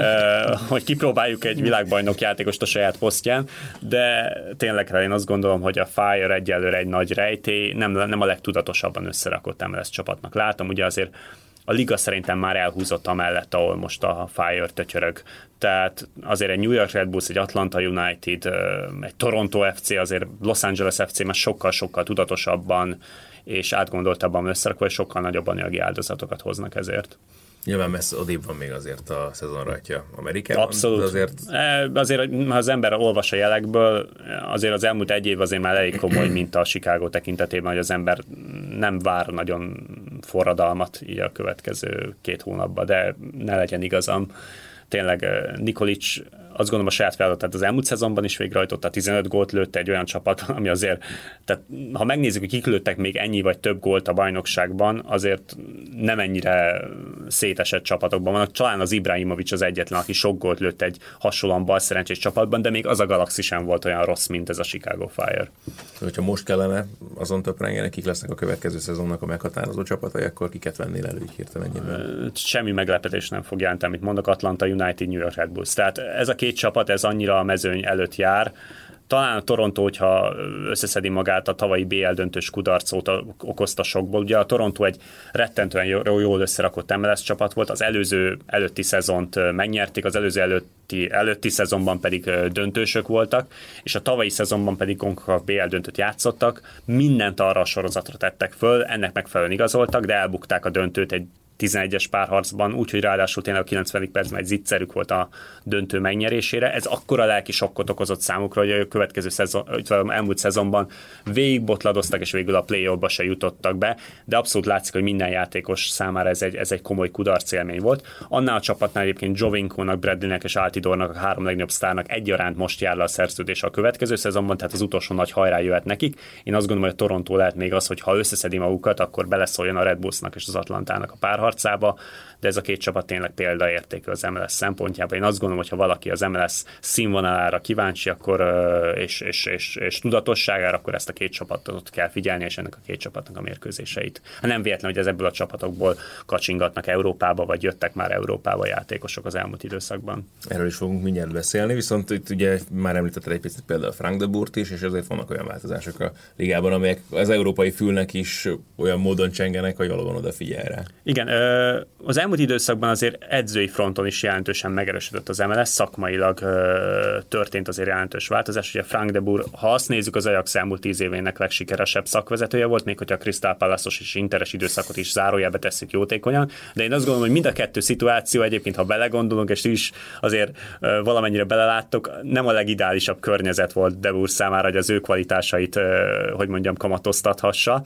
hogy kipróbáljuk egy világbajnok játékost a saját posztján, de tényleg én azt gondolom, hogy a Fire egyelőre egy nagy rejtély, nem, nem a legtudatosabban összerakott em el es csapatnak látom, ugye azért a liga szerintem már elhúzott amellett, ahol most a Fire tötyörög. Tehát azért egy New York Red Bulls, egy Atlanta United, egy Toronto ef cé, azért Los Angeles ef cé már sokkal-sokkal tudatosabban és átgondoltabban összerakva, és sokkal nagyobb anyagi áldozatokat hoznak ezért. Nyilván messze odébb van még azért a szezon rajtja Amerikában. Abszolút. Azért... azért, ha az ember olvas a jelekből, azért az elmúlt egy év azért már elég komoly, mint a Chicago tekintetében, hogy az ember nem vár nagyon forradalmat így a következő két hónapban, de ne legyen igazam. Tényleg Nikolics azt gondolom a saját feladatát az elmúlt szezonban is végrehajtotta, tizenöt gólt lőtte egy olyan csapat, ami azért, tehát ha megnézzük, hogy kik lőttek még ennyi vagy több gólt a bajnokságban, azért nem ennyire szétesett csapatokban van. Talán az Ibrahimovic az egyetlen, aki sok gólt lőtt egy hasonlóan balszerencsés csapatban, de még az a Galaxy sem volt olyan rossz, mint ez a Chicago Fire. Hogyha most kellene azon töprengeni, kik lesznek a következő szezonnak a meghatározó csapatai, akkor kiket vennél elő így hirtelen? Semmi meglepetés nem fog jelenteni, amit mondok, Atlanta United, New York Red Bulls. Tehát ez a két csapat, ez annyira a mezőny előtt jár. Talán a Toronto, hogyha összeszedi magát, a tavalyi bé el döntős kudarc óta okozta sokból. Ugye a Toronto egy rettentően jól összerakott em el es csapat volt, az előző előtti szezont megnyerték, az előző előtti, előtti szezonban pedig döntősök voltak, és a tavalyi szezonban pedig CONCACAF bé el döntőt játszottak, mindent arra a sorozatra tettek föl, ennek megfelelően igazoltak, de elbukták a döntőt egy tizenegyes párharcban, úgyhogy ráadásul tényleg a kilencvenedik percben egy zicserük volt a döntő megnyerésére. Ez akkora lelki sokkot okozott számukra, hogy a következő szezon, elmúlt szezonban végigbotladoztak, és végül a play-offba se jutottak be, de abszolút látszik, hogy minden játékos számára ez egy, ez egy komoly kudarc élmény volt. Annál a csapatnál egyébként Jovinkónak, Bradleynek és Altidornak, a három legnagyobb sztárnak egyaránt most jár le a szerződés a következő szezonban, tehát az utolsó nagy hajrá jöhet nekik. Én azt gondolom, hogy a Toronto lehet még az, hogy ha összeszedi magukat, akkor beleszóljon a Red Bullsnak és az Atlantának a párharcába, de ez a két csapat tényleg példaértékű az em el es szempontjában. Én azt gondolom, hogy ha valaki az em el es színvonalára kíváncsi, akkor és, és, és, és tudatosságára, akkor ezt a két csapatot kell figyelni, és ennek a két csapatnak a mérkőzéseit. Nem véletlen, hogy ez ebből a csapatokból kacsingatnak Európába, vagy jöttek már Európába játékosok az elmúlt időszakban. Erről is fogunk mindjárt beszélni, viszont itt ugye már említetted egy picit például Frank de Boert is, és azért vannak olyan változások a ligában, amelyek az európai fülnek is olyan módon csengenek, hogy valóban odafigyel rá. Igen, az elmúlt időszakban azért edzői fronton is jelentősen megerősödött az em el es, szakmailag történt azért jelentős változás. Ugye Frank de Boer, ha azt nézzük, az Ajax elmúlt tíz évének legsikeresebb szakvezetője volt, még hogyha a Crystal Palace-os és Interes időszakot is zárójelbe tesszük jótékonyan, de én azt gondolom, hogy mind a kettő szituáció egyébként, ha belegondolunk, és is azért valamennyire beleláttok, nem a legideálisabb környezet volt de Boer számára, hogy az ő kvalitásait, hogy mondjam, kamatoztathassa,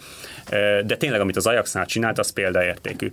de tényleg, amit az Ajaxnál csinált, az példaértékű.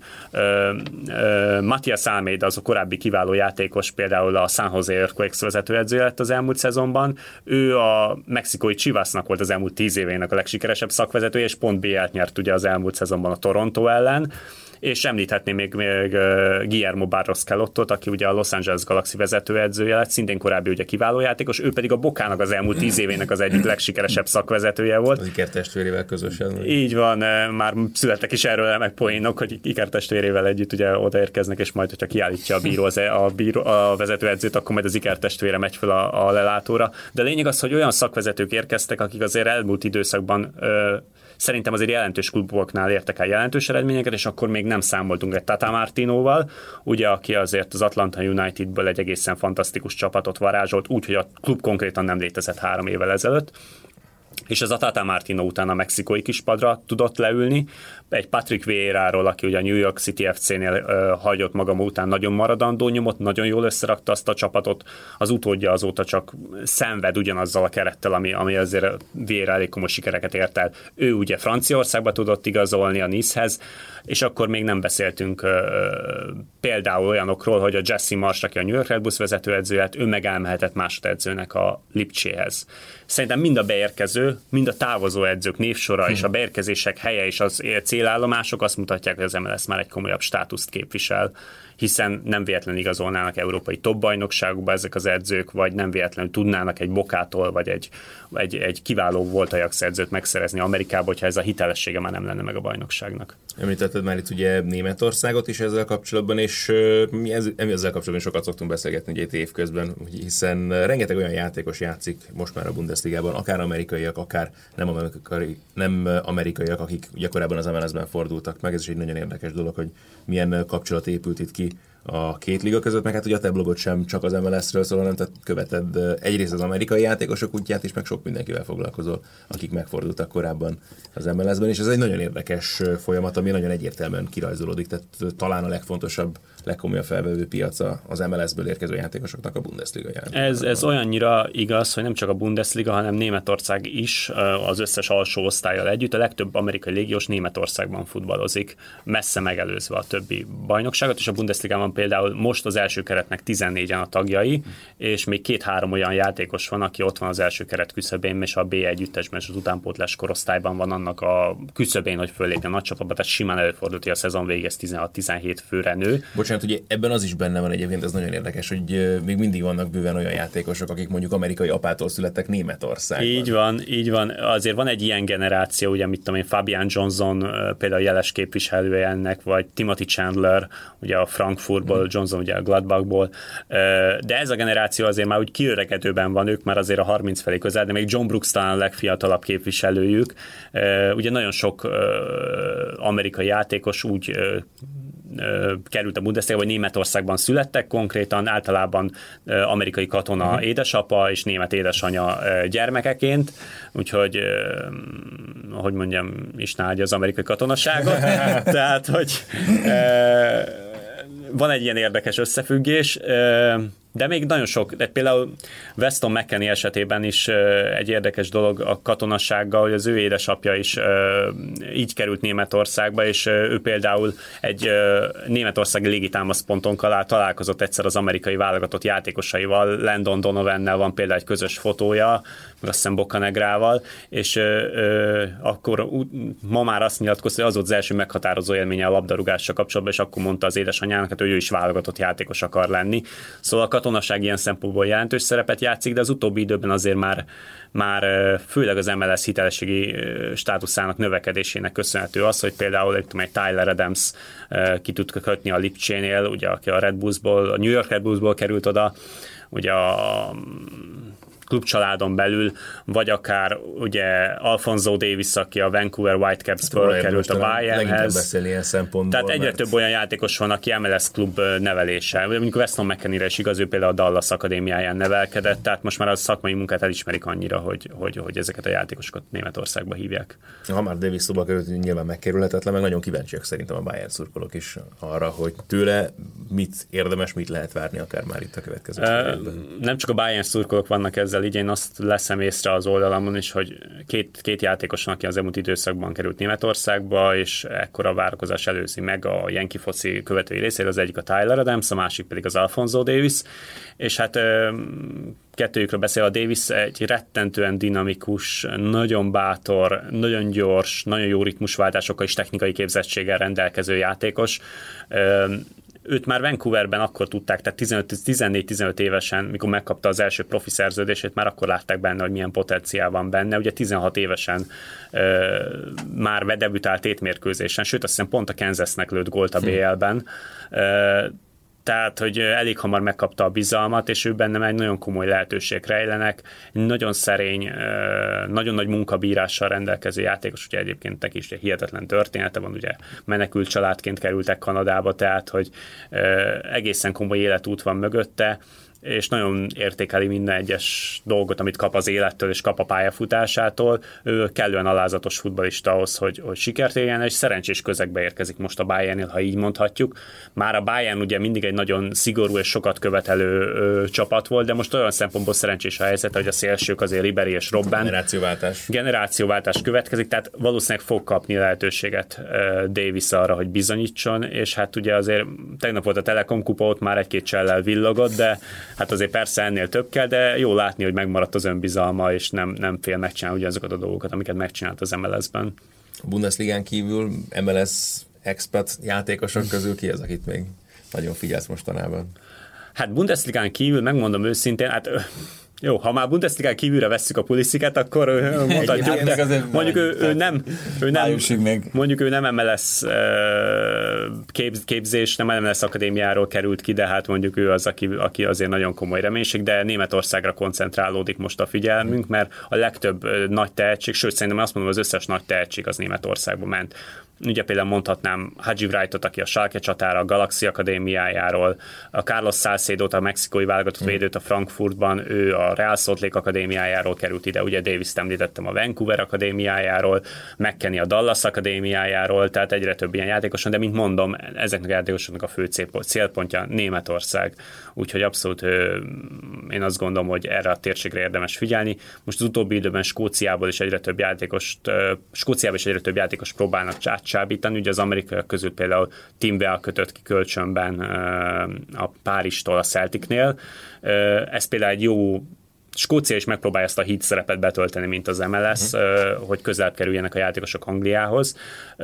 Matías Almeida, az a korábbi kiváló játékos, például a San Jose Earthquakes vezetőedzője lett az elmúlt szezonban. Ő a mexikói Chivasnak volt az elmúlt tíz évének a legsikeresebb szakvezetője, és pont bé el-t nyert ugye az elmúlt szezonban a Toronto ellen. és említhetném még, még Guillermo Barros Schelottot, aki ugye a Los Angeles Galaxy vezetőedzője lett, szintén korábbi ugye kiváló játékos, ő pedig a Bokának az elmúlt tíz évének az egyik legsikeresebb szakvezetője volt. Az ikertestvérével közösen. Így van, már születtek is erről meg poénok, hogy ikertestvérével együtt ugye odaérkeznek, és majd, hogyha kiállítja a bíró, az, a, bíró a vezetőedzőt, akkor majd az ikertestvére megy fel a, a lelátóra. De a lényeg az, hogy olyan szakvezetők érkeztek, akik azért elmúlt időszakban ö, szerintem azért jelentős kluboknál értek el jelentős eredményeket, és akkor még nem számoltunk egy Tata Martinoval, ugye, aki azért az Atlanta Unitedből egy egészen fantasztikus csapatot varázsolt, úgyhogy a klub konkrétan nem létezett három évvel ezelőtt. És ez a Tata Martino után a mexikói kispadra tudott leülni. Egy Patrick Vieira-ról, aki ugye a New York City ef cé-nél uh, hagyott magam után nagyon maradandó nyomot, nagyon jól összerakta azt a csapatot. Az utódja azóta csak szenved ugyanazzal a kerettel, ami, ami azért Vieira elég komoly sikereket ért el. Ő ugye Franciaországba tudott igazolni a Nicehez, és akkor még nem beszéltünk uh, például olyanokról, hogy a Jesse Marsh, aki a New York Red Bulls vezetőedzője, ő meg elmehetett másodedzőnek a Lipcséhez. Szerintem mind a beérkező, mind a távozó edzők névsora és a beérkezések helye és az célállomások azt mutatják, hogy az em el es már egy komolyabb státuszt képvisel, hiszen nem véletlenül igazolnának európai top-bajnokságokba ezek az edzők, vagy nem véletlenül tudnának egy Bokától, vagy egy, egy, egy kiváló volt Ajax edzőt megszerezni Amerikába, hogyha ez a hitelessége már nem lenne meg a bajnokságnak. Említetted már itt ugye Németországot is ezzel kapcsolatban, és mi ez, ezzel kapcsolatban sokat szoktunk beszélgetni ugye itt évközben, hiszen rengeteg olyan játékos játszik most már a Bundesligában, akár amerikaiak, akár nem, amerikai, nem amerikaiak, akik ugye korábban az em el es-ben fordultak meg. Ez is egy nagyon érdekes dolog, hogy milyen kapcsolat épült itt ki a két liga között, meg hát ugye a te blogod sem csak az em el es-ről szól, hanem te követed egyrészt az amerikai játékosok útját is, meg sok mindenkivel foglalkozol, akik megfordultak korábban az em el es-ben, és ez egy nagyon érdekes folyamat, ami nagyon egyértelműen kirajzolódik, tehát talán a legfontosabb, legkomolyabb felvevő piaca az em el es-ből érkező játékosoknak a Bundesliga játékosok. Ez, ez olyannyira igaz, hogy nem csak a Bundesliga, hanem Németország is az összes alsó osztállyal együtt, a legtöbb amerikai légiós Németországban futballozik, messze megelőzve a többi bajnokságot, és a Bundesligában például most az első keretnek tizennégyen a tagjai, és még két-három olyan játékos van, aki ott van az első keret küszöbén, és a bé együttesben és az utánpótlás korosztályban van annak a küszöbén, hogy föllépjen a nagy csapatba, tehát simán előfordult, hogy a szezon végez tizenhat-tizenhét főre nő. Bocsánat, ugye ebben az is benne van egyébként, ez nagyon érdekes, hogy még mindig vannak bőven olyan játékosok, akik mondjuk amerikai apától születtek Németországban. Így van, így van. Azért van egy ilyen generáció, ugye mit tudom én, Fabian Johnson például jeles képviselője ennek, vagy Timothy Chandler, ugye a Frankfurtból, mm. Johnson ugye a Gladbachból, de ez a generáció azért már úgy kiöregedőben van, ők már azért a harminc felé közel, de még John Brooks talán a legfiatalabb képviselőjük. Ugye nagyon sok amerikai játékos úgy került a Bundesliga, vagy Németországban születtek konkrétan, általában amerikai katona uh-huh. édesapa és német édesanya gyermekeként, úgyhogy hogy mondjam, Isten áldja az amerikai katonaságot. Tehát, hogy van egy ilyen érdekes összefüggés, de még nagyon sok, de például Weston McKennie esetében is egy érdekes dolog a katonassággal, hogy az ő édesapja is így került Németországba, és ő például egy németországi légitámaszponton találkozott egyszer az amerikai válogatott játékosaival, Landon Donovannel van például egy közös fotója, meg azt hiszem Boccanegrával, és akkor ma már azt nyilatkozta, hogy az volt az első meghatározó élménye a labdarúgással kapcsolatban, és akkor mondta az édesanyjának, hogy ő is válogatott játékos akar lenni. Szóval a katonaság ilyen szempontból jelentős szerepet játszik, de az utóbbi időben azért már, már főleg az em el es hitelességi státuszának növekedésének köszönhető az, hogy például egy Tyler Adams ki tud kötni a Lipcsénél, ugye aki a Red Bullsból, a New York Red Bullsból került oda, ugye a klubcsaládon belül, vagy akár ugye Alphonso Davis, aki a Vancouver Whitecaps-ből került a Bayernhez. Tehát egyre mert... több olyan játékos van, aki em el es klub nevelése. Mondjuk Weston McKennie-re is igaz, ő például a Dallas Akadémiáján nevelkedett, tehát most már a szakmai munkát elismerik annyira, hogy, hogy, hogy ezeket a játékosokat Németországba hívják. Ha már Davis szóba került, nyilván megkerülhetetlen, meg nagyon kíváncsiak szerintem a Bayern szurkolók is arra, hogy tőle mit érdemes, mit lehet várni akár már itt a következő uh, Nem csak a Bayern szurkolók vannak ezzel Davis-szal így én azt leszem észre az oldalamon is, hogy két, két játékos van, aki az elmúlt időszakban került Németországba, és ekkora várakozás előzi meg a Yankee foci követői részéről, az egyik a Tyler Adams, a másik pedig az Alfonso Davis, és hát kettőjükről beszél, a Davis egy rettentően dinamikus, nagyon bátor, nagyon gyors, nagyon jó ritmusváltásokkal és technikai képzettséggel rendelkező játékos. Őt már Vancouverben akkor tudták, tehát tizennégy-tizenöt évesen, mikor megkapta az első profi szerződését, már akkor látták benne, hogy milyen potenciál van benne. Ugye tizenhat évesen ö, már debütált tétmérkőzésen, sőt azt hiszem pont a Kansasnek lőtt gólt a bé el-ben. Ö, Tehát, hogy elég hamar megkapta a bizalmat, és ő bennem egy nagyon komoly lehetőség rejlenek, nagyon szerény, nagyon nagy munkabírással rendelkező játékos, ugye egyébként neki is egy hihetetlen története van, ugye menekült családként kerültek Kanadába, tehát, hogy egészen komoly életút van mögötte, és nagyon értékeli minden egyes dolgot, amit kap az élettől, és kap a pályafutásától. Ő kellően alázatos futballista ahhoz, hogy, hogy sikert érjen, és szerencsés közegbe érkezik most a Bayernnél, ha így mondhatjuk. Már a Bayern ugye mindig egy nagyon szigorú és sokat követelő ö, csapat volt, de most olyan szempontból szerencsés a helyzet, hogy a szélsők azért Ribéry és Robben. Generációváltás. Generációváltás következik, tehát valószínűleg fog kapni lehetőséget ö, Davis arra, hogy bizonyítson, és hát ugye azért tegnap volt a Telekom kupa, ott már egy-két csellel villogott, de hát azért persze ennél több kell, de jó látni, hogy megmaradt az önbizalma, és nem, nem fél megcsinálni ugyanazokat a dolgokat, amiket megcsinált az em el es-ben. A Bundesligán kívül em el es expat játékosok közül ki az, akit még nagyon figyelsz mostanában? Hát Bundesligán kívül, megmondom őszintén, hát jó, ha már Bundesligán kívülre vesszük a Pulisicet, akkor mondhatjuk, de mondjuk ő, ő nem, ő nem mondjuk ő nem em el es képzés, nem em el es akadémiáról került ki, de hát mondjuk ő az, aki, aki azért nagyon komoly reménység, de Németországra koncentrálódik most a figyelmünk, mert a legtöbb nagy tehetség, sőt szerintem azt mondom, az összes nagy tehetség az Németországba ment. Ugye például mondhatnám Haji Wrightot, aki a Schalke csatára, a Galaxy akadémiájáról, a Carlos Salcedót, a mexikói válogatott védőt a Frankfurtban, ő a Real Salt Lake akadémiájáról került ide, ugye Davis-t említettem a Vancouver akadémiájáról, McKennie a Dallas akadémiájáról, tehát egyre több ilyen játékoson, de mint mondom, ezeknek a játékosoknak a fő célpontja Németország. Úgyhogy abszolút én azt gondolom, hogy erre a térségre érdemes figyelni. Most az utóbbi időben Skóciából is egyre több játékost, Skóciában is egyre több játékos próbálnak csábítani, ugye az amerikaiak közül például Tim Bell kötött ki kölcsönben a Párizstól a Celticnél. Ez például egy jó, Skócia is megpróbálja ezt a híd szerepet betölteni, mint az em el es, uh-huh. hogy közelebb kerüljenek a játékosok Angliához,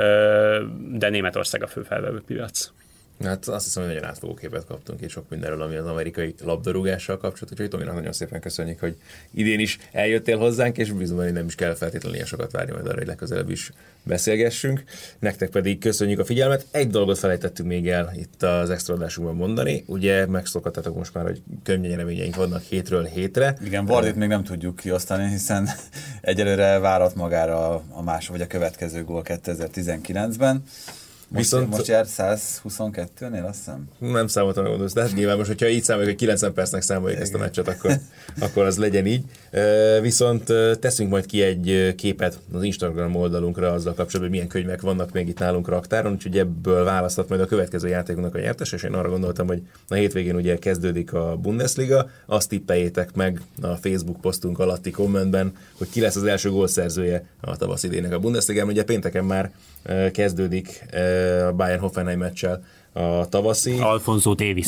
de Németország a fő felvevő piac. Hát azt hiszem, hogy nagyon átfogó képet kaptunk, és sok mindenről, ami az amerikai labdarúgással kapcsolatos, úgyhogy Tominak nagyon szépen köszönjük, hogy idén is eljöttél hozzánk, és bízom, hogy nem is kell feltétlenül ilyen sokat várni, majd arra, hogy legközelebb is beszélgessünk. Nektek pedig köszönjük a figyelmet. Egy dolgot felejtettünk még el itt az extra adásunkban mondani. Ugye megszokhattatok most már, hogy könnyű vannak hétről hétre. Igen, Vardit még nem tudjuk kiosztani, hiszen egyelőre várat magára a más vagy a következő gól kétezer-tizenkilencben. Most, Viszont, most jár száz huszonkettőnél, azt hiszem? Nem számoltam meg gondolsz, de hát nyilván most, hogyha így számoljuk, hogy kilencven percnek számoljuk ezt a meccset, akkor, akkor az legyen így. Viszont teszünk majd ki egy képet az Instagram oldalunkra azzal kapcsolatban, hogy milyen könyvek vannak még itt nálunk raktáron, úgyhogy ebből választhat majd a következő játékunknak a nyertes, és én arra gondoltam, hogy a hétvégén ugye kezdődik a Bundesliga, azt tippeljétek meg a Facebook posztunk alatti kommentben, hogy ki lesz az első gólszerzője a tavasz idének a Bundesligában. Ugye pénteken már kezdődik a Bayern Hoffenheim meccsel a tavaszi. Alfonso Davis.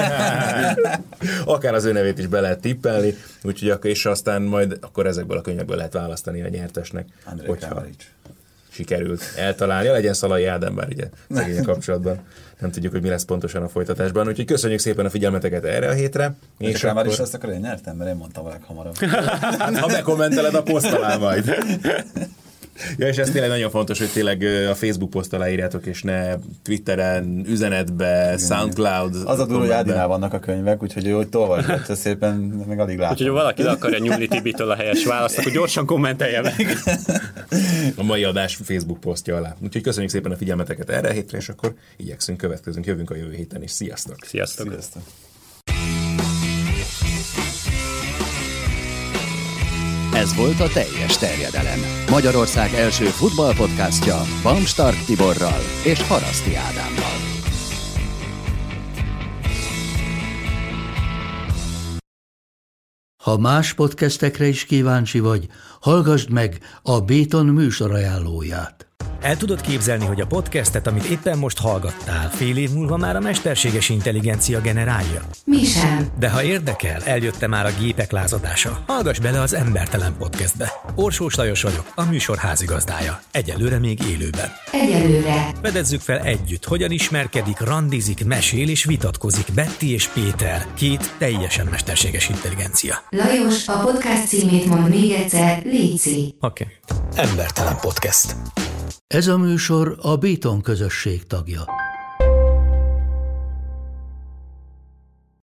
Akár az ő nevét is be lehet tippelni, úgyhogy akkor, és aztán majd akkor ezekből a könyvekből lehet választani a nyertesnek. André hogyha Kramaric. Sikerült eltalálni, legyen Szalai Ádám, bár ugye szegény kapcsolatban nem tudjuk, hogy mi lesz pontosan a folytatásban, úgyhogy köszönjük szépen a figyelmeteket erre a hétre. És Kramaric akkor... azt akkor én nyertem, mert én mondtam a leghamarabb. Hát, ha bekommenteled a poszt alá majd. Ja, és ez tényleg nagyon fontos, hogy tényleg a Facebook poszt alá írjátok, és ne Twitteren, üzenetbe, igen, Soundcloud. Az a durva, hogy Ádinál vannak a könyvek, úgyhogy jó, hogy tolvasd, szépen meg alig látom. Úgyhogy ha valaki le akarja nyúlni Tibitől a helyes választ, akkor gyorsan kommentelje meg. A mai adás Facebook posztja alá. Úgyhogy köszönjük szépen a figyelmeteket erre a hétre, és akkor igyekszünk, következünk, jövünk a jövő héten is. Sziasztok! Sziasztok! Sziasztok. Ez volt a Teljes Terjedelem. Magyarország első futballpodcastja Bamstark Tiborral és Haraszti Ádámmal. Ha más podcastekre is kíváncsi vagy, hallgassd meg a Béton műsor ajánlóját. El tudod képzelni, hogy a podcastet, amit éppen most hallgattál, fél év múlva már a mesterséges intelligencia generálja? Mi sem. De ha érdekel, eljött már a gépek lázadása. Hallgass bele az Embertelen Podcastbe. Orsós Lajos vagyok, a műsor házigazdája. Egyelőre még élőben. Egyelőre. Fedezzük fel együtt, hogyan ismerkedik, randizik, mesél és vitatkozik Betty és Péter, két teljesen mesterséges intelligencia. Lajos, a podcast címét mond még egyszer, léci. Oké. Okay. Embertelen Podcast. Ez a műsor a Béton közösség tagja.